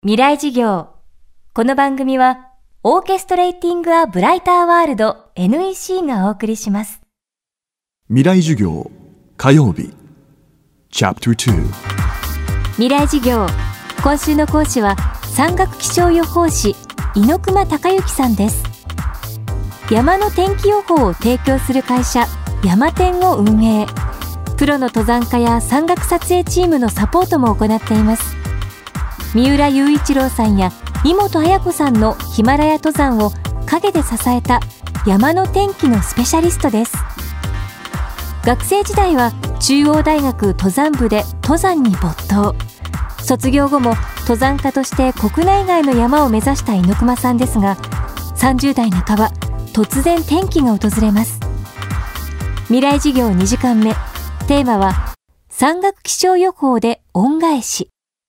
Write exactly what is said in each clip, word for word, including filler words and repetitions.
未来事業。この番組はオーケストレーティングアブライターワールド エヌイーシー がお送りします。 未来事業火曜日チャプターに。 未来事業、今週の講師は山岳気象予報士猪熊孝之さんです。山の天気予報を提供する会社山天を運営、プロの登山家や山岳撮影チームのサポートも行っています。三浦雄一郎さんや井本彩子さんのヒマラヤ登山を陰で支えた山の天気のスペシャリストです。学生時代は中央大学登山部で登山に没頭。卒業後も登山家として国内外の山を目指した猪熊さんですが、さんじゅう代半ば突然転機が訪れます。未来事業にじかんめ、テーマは山岳気象予報で恩返し。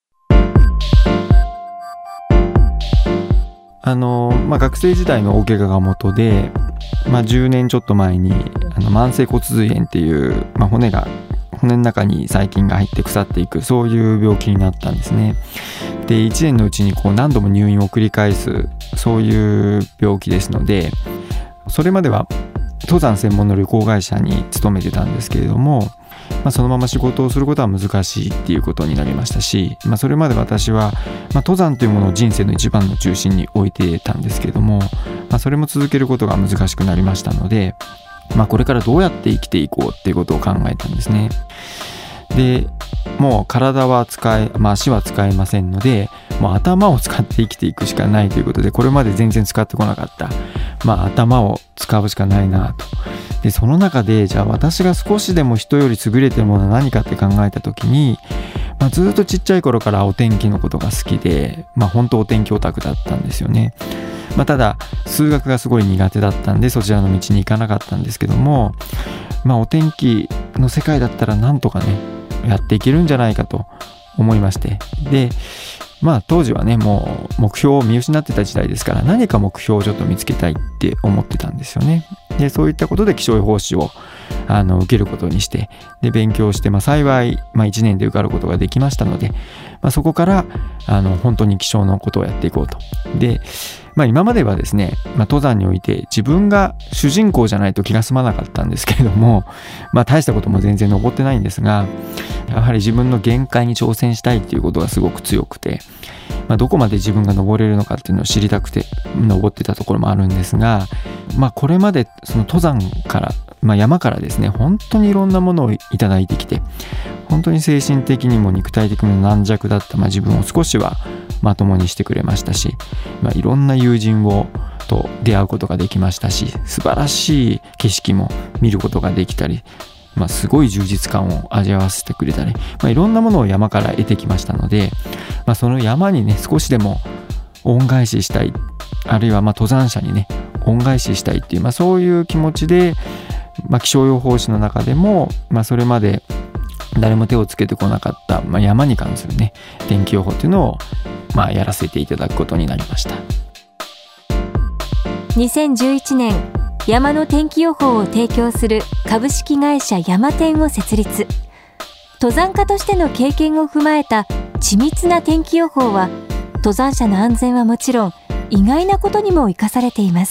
あのまあ、学生時代の大怪我が元で、まあ、じゅうねんちょっと前にあの慢性骨髄炎っていう、まあ、骨が骨の中に細菌が入って腐っていく、そういう病気になったんですね。でいちねんのうちにこう何度も入院を繰り返す、そういう病気ですので、それまでは登山専門の旅行会社に勤めてたんですけれども、まあ、そのまま仕事をすることは難しいっていうことになりましたし、まあ、それまで私は、まあ、登山というものを人生の一番の中心に置いてたんですけれども、まあ、それも続けることが難しくなりましたので、まあ、これからどうやって生きていこうっていうことを考えたんですね。でもう体は使え、まあ、足は使えませんので、もう頭を使って生きていくしかないということで、これまで全然使ってこなかった、まあ、頭を使うしかないなと。でその中でじゃあ私が少しでも人より優れてるものは何かって考えた時に、まあ、ずっとちっちゃい頃からお天気のことが好きで、まあ、本当お天気オタクだったんですよね。まあ、ただ数学がすごい苦手だったんでそちらの道に行かなかったんですけども、まあ、お天気の世界だったらなんとかねやっていけるんじゃないかと思いまして、でまあ当時はねもう目標を見失ってた時代ですから、何か目標をちょっと見つけたいって思ってたんですよね。でそういったことで気象予報士をあの受けることにして、で勉強して、まあ、幸い、まあ、いちねんで受かることができましたので、まあ、そこからあの本当に気象のことをやっていこうと。で、まあ、今まではですね、まあ、登山において自分が主人公じゃないと気が済まなかったんですけれども、まあ、大したことも全然登ってないんですが、やはり自分の限界に挑戦したいっていうことがすごく強くて、まあ、どこまで自分が登れるのかっていうのを知りたくて登ってたところもあるんですが、まあ、これまでその登山から、まあ、山からですね本当にいろんなものをいただいてきて、本当に精神的にも肉体的にも軟弱だった、まあ、自分を少しはまともにしてくれましたし、まあ、いろんな友人をと出会うことができましたし、素晴らしい景色も見ることができたり、まあ、すごい充実感を味わわせてくれたり、まあ、いろんなものを山から得てきましたので、まあ、その山にね少しでも恩返ししたい、あるいはまあ登山者にね恩返ししたいっていう、まあ、そういう気持ちで、まあ、気象予報士の中でも、まあ、それまで誰も手をつけてこなかった、まあ、山に関するね天気予報っていうのを、まあ、やらせていただくことになりました。 にせんじゅういちねん、山の天気予報を提供する株式会社山天を設立。登山家としての経験を踏まえた緻密な天気予報は、登山者の安全はもちろん意外なことにも生かされています。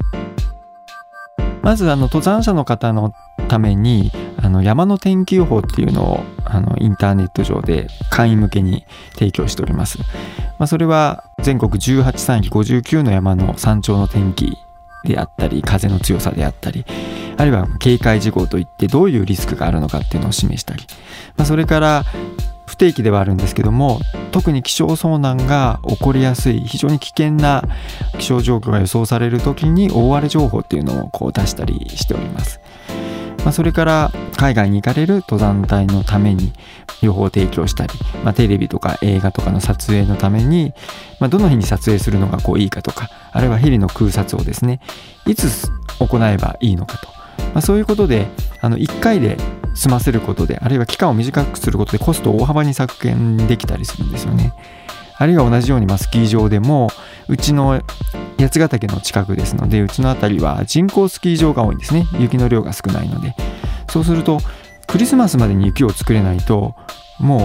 まずあの登山者の方のためにあの山の天気予報っていうのをあのインターネット上で会員向けに提供しております。まあ、それは全国じゅうはちさんいきごじゅうきゅうの山の山頂の天気であったり、風の強さであったり、あるいは警戒事項といってどういうリスクがあるのかっていうのを示したり、まあ、それから不定期ではあるんですけども、特に気象遭難が起こりやすい非常に危険な気象状況が予想される時に大荒れ情報っていうのをこう出したりしております。まあ、それから海外に行かれる登山隊のために予報を提供したり、まあ、テレビとか映画とかの撮影のために、まあ、どの日に撮影するのがこういいかとか、あるいはヘリの空撮をですねいつ行えばいいのかと、まあ、そういうことであのいっかいで済ませることで、あるいは期間を短くすることでコストを大幅に削減できたりするんですよね。あるいは同じように、まあ、スキー場でもうちの八ヶ岳の近くですので、うちの辺りは人工スキー場が多いんですね。雪の量が少ないので、そうするとクリスマスまでに雪を作れないともう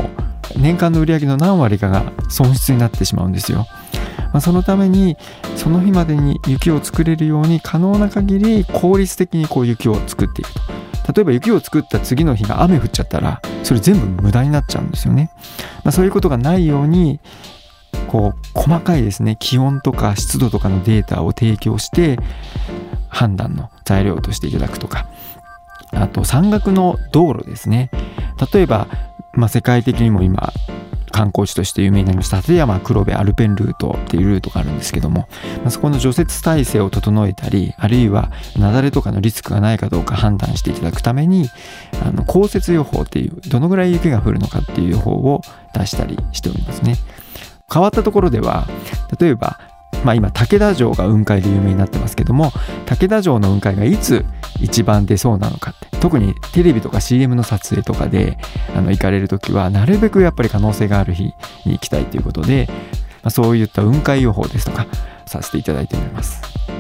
年間の売り上げの何割かが損失になってしまうんですよ。まあ、そのためにその日までに雪を作れるように可能な限り効率的にこう雪を作っていくと。例えば雪を作った次の日が雨降っちゃったらそれ全部無駄になっちゃうんですよね。まあ、そういうことがないようにこう細かいですね気温とか湿度とかのデータを提供して判断の材料としていただくとか、あと山岳の道路ですね。例えば、まあ、世界的にも今観光地として有名になりました立山黒部アルペンルートっていうルートがあるんですけども、まあ、そこの除雪体制を整えたり、あるいは雪崩とかのリスクがないかどうか判断していただくためにあの降雪予報っていうどのぐらい雪が降るのかっていう予報を出したりしておりますね。変わったところでは例えば、まあ、今武田城が雲海で有名になってますけども、武田城の雲海がいつ一番出そうなのかって、特にテレビとか シーエム の撮影とかであの行かれるときはなるべくやっぱり可能性がある日に行きたいということで、まあ、そういった雲海予報ですとかさせていただいております。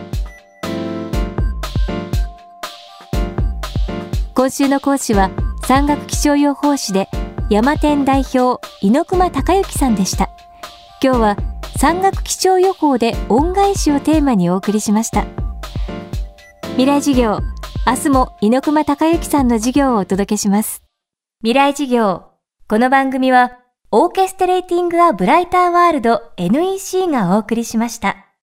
今週の講師は山岳気象予報士で山天代表猪熊孝之さんでした。今日は山岳気象予報で恩返しをテーマにお送りしました。未来授業、明日も猪熊孝之さんの授業をお届けします。未来授業、この番組はオーケストレーティングアブライターワールド エヌイーシー がお送りしました。